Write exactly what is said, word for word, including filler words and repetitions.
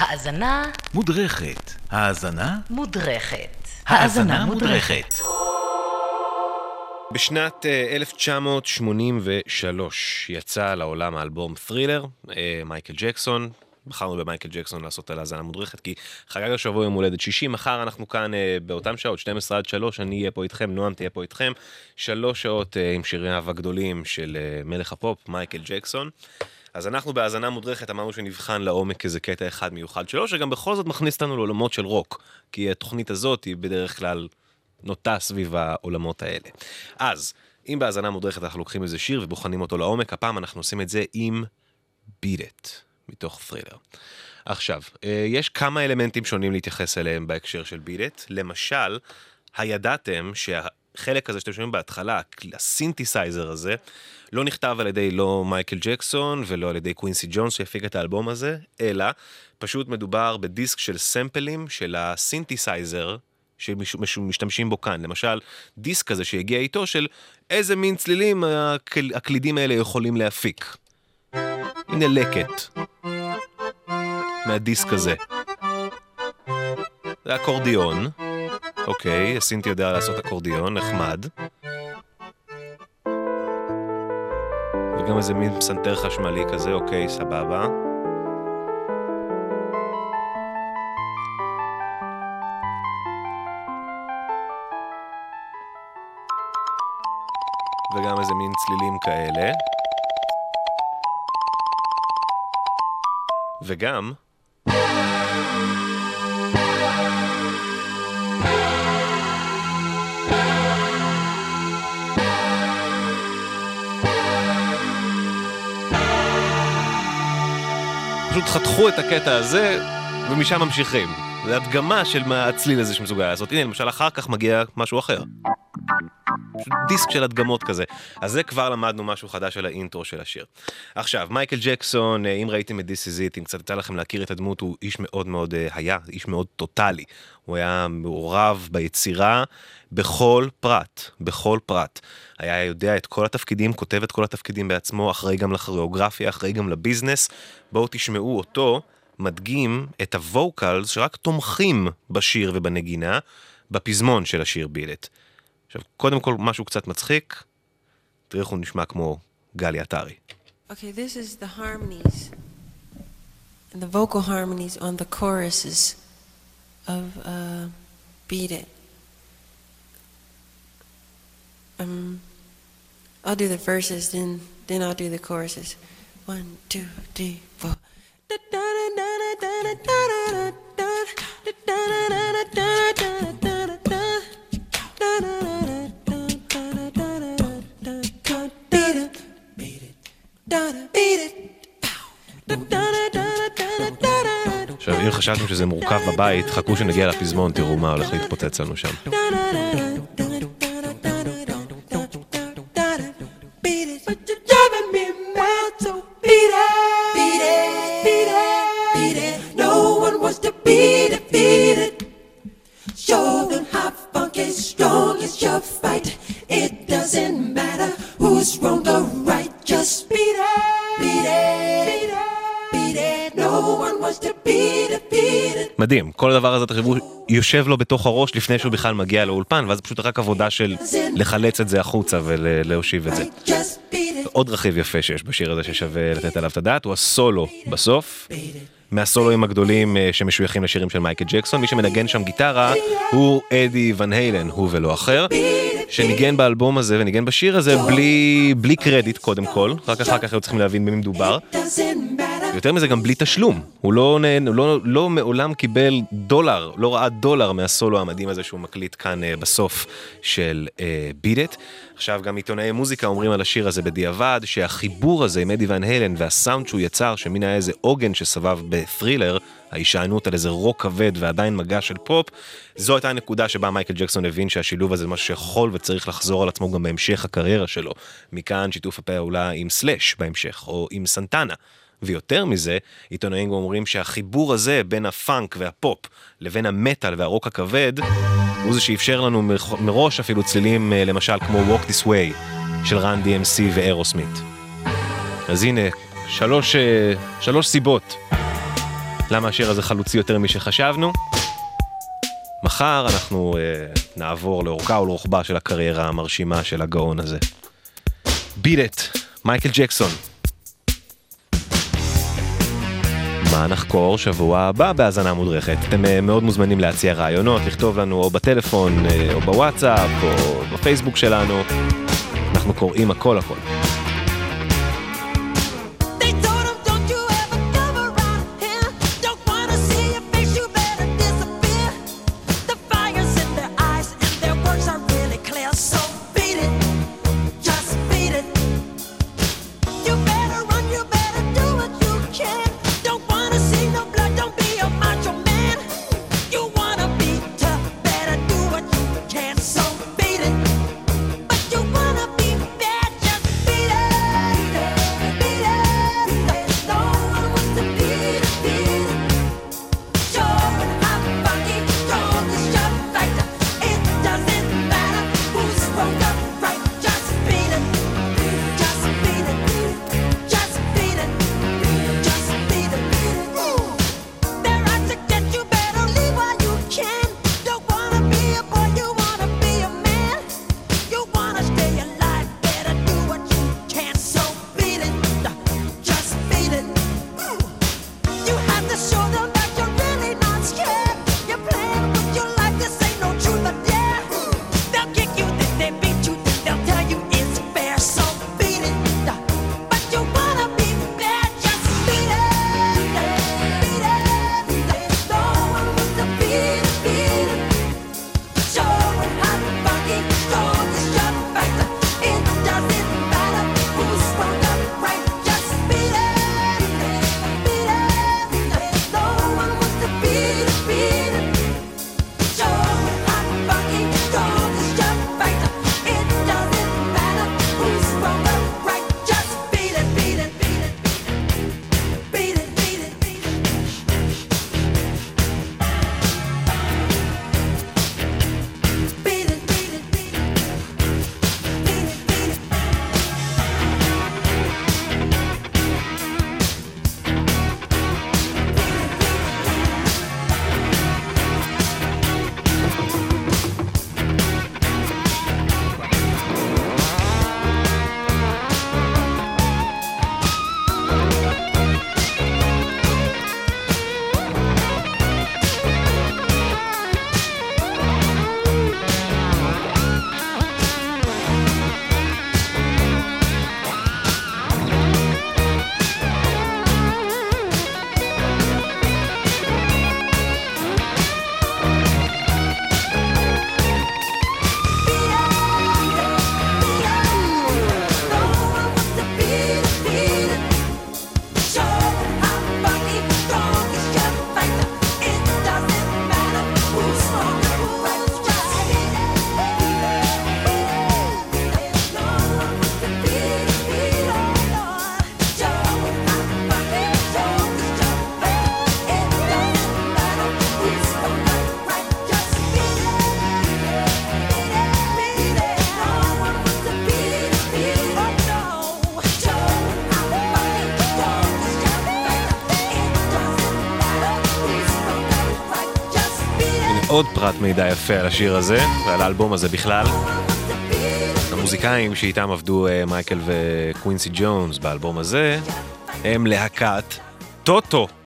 האזנה מודרכת. האזנה מודרכת. האזנה מודרכת. בשנת אלף תשע מאות שמונים ושלוש יצא לעולם האלבום ת'רילר, מייקל ג'קסון. בחרנו במייקל ג'קסון לעשות על האזנה מודרכת, כי חגג השבוע יום הולדת שישים, מחר אנחנו כאן באותם שעות, שתים עשרה עד שלוש, אני אהיה פה איתכם, נועם תהיה פה איתכם, שלוש שעות עם שיריו הגדולים של מלך הפופ, מייקל ג'קסון. אז אנחנו בהאזנה מודרכת אמרנו שנבחן לעומק איזה קטע אחד מיוחד שלו, שגם בכל זאת מכניס אותנו לעולמות של רוק, כי התוכנית הזאת היא בדרך כלל נוטה סביב העולמות האלה. אז, אם בהאזנה מודרכת אנחנו לוקחים איזה שיר ובוחנים אותו לעומק, הפעם אנחנו עושים את זה עם Beat It, מתוך ת'רילר. עכשיו, יש כמה אלמנטים שונים להתייחס אליהם בהקשר של Beat It. למשל, הידעתם שהחלק הזה שאתם שומעים בהתחלה, הסינתסייזר הזה, לא נכתב על ידי לא מייקל ג'קסון ולא על ידי קווינסי ג'ונס שהפיק את האלבום הזה, אלא פשוט מדובר בדיסק של סמפלים של הסינתסייזר שמשתמשים בו כאן. למשל, דיסק הזה שהגיע איתו של איזה מין צלילים הקלידים האלה יכולים להפיק. הנה לקט מהדיסק הזה. זה אקורדיון. אוקיי, הסינתי יודע לעשות אקורדיון, נחמד. וגם איזה מין פסנתר חשמלי כזה, אוקיי, סבבה. וגם איזה מין צלילים כאלה. וגם פשוט חתכו את הקטע הזה ומשם ממשיכים. זה הדגמה של מה הצליל הזה שמסוגל לעשות. הנה, למשל אחר כך מגיע משהו אחר. פשוט דיסק של הדגמות כזה. אז זה כבר למדנו משהו חדש על האינטרו של השיר. עכשיו, מייקל ג'קסון, אם ראיתם את This Is It, אם קצת יצא לכם להכיר את הדמות, הוא איש מאוד מאוד, היה איש מאוד טוטלי. הוא היה מעורב ביצירה בכל פרט, בכל פרט. היה יודע את כל התפקידים, כותב את כל התפקידים בעצמו, אחראי גם לכוריאוגרפיה, אחראי גם לביזנס. בואו תשמעו אותו מדגים את הווקלס שרק תומכים בשיר ובנגינה, בפזמון של השיר Beat It. עכשיו, קודם כל משהו קצת מצחיק, תראו איך הוא נשמע כמו גלי עטרי. Okay, this is the harmonies and the vocal harmonies on the choruses of uh, Beat It. Um, I'll do the verses, then then I'll do the choruses. One, two, three, four. עכשיו, אם חשבתם שזה מורכב בבית, חכו שנגיע לפזמון, תראו מה הולך להתפוצץ לנו שם. מדהים, כל הדבר הזה תחשבו יושב לו בתוך הראש לפני שהוא בכלל מגיע לאולפן, ואז פשוט רק עבודה של לחלץ את זה החוצה ולהושיב את זה. עוד רכיב יפה שיש בשיר הזה ששווה לתת עליו את הדעת, הוא הסולו בסוף, מהסולואים הגדולים שמשויכים לשירים של מייקל ג'קסון. מי שמנגן שם גיטרה הוא אדי ון היילן, הוא ולא אחר, שניגן באלבום הזה וניגן בשיר הזה בלי, בלי קרדיט קודם כל, רק אחר כך היו צריכים להבין במי מדובר. יותר מזה גם בלי תשלום, הוא לא, הוא לא, לא מעולם קיבל דולר, לא ראה דולר מהסולו המדהים הזה שהוא מקליט כאן uh, בסוף של uh, Beat It. עכשיו גם עיתונאי מוזיקה אומרים על השיר הזה בדיעבד, שהחיבור הזה עם אדי ון היילן והסאונד שהוא יצר, שמין היה איזה עוגן שסבב בת'רילר, ההישענות על איזה רוק כבד ועדיין מגע של פופ, זו הייתה הנקודה שבה מייקל ג'קסון הבין שהשילוב הזה משהו שיכול וצריך לחזור על עצמו גם בהמשך הקריירה שלו. מכאן שיתוף הפעולה עם סלאש בהמשך, או עם סנטנה. ויותר מזה, עיתונאים אומרים שהחיבור הזה בין הפאנק והפופ לבין המטל והרוק הכבד, הוא זה שאפשר לנו מראש אפילו צלילים למשל כמו Walk This Way של רן די אם סי ואירוסמית. אז הנה, שלוש, שלוש סיבות למה השיר הזה חלוצי יותר משחשבנו. מחר אנחנו uh, נעבור לאורכה ולרוחבה של הקריירה המרשימה של הגאון הזה. Beat It, מייקל ג'קסון. מה נחקור שבוע הבא בהאזנה מודרכת? אתם uh, מאוד מוזמנים להציע רעיונות, לכתוב לנו או בטלפון, uh, או בוואטסאפ, או בפייסבוק שלנו. אנחנו קוראים הכל הכל. עוד פרט מידע יפה על השיר הזה ועל האלבום הזה בכלל. המוזיקאים שאיתם עבדו מייקל וקווינסי ג'ונס באלבום הזה הם להקת טוטו.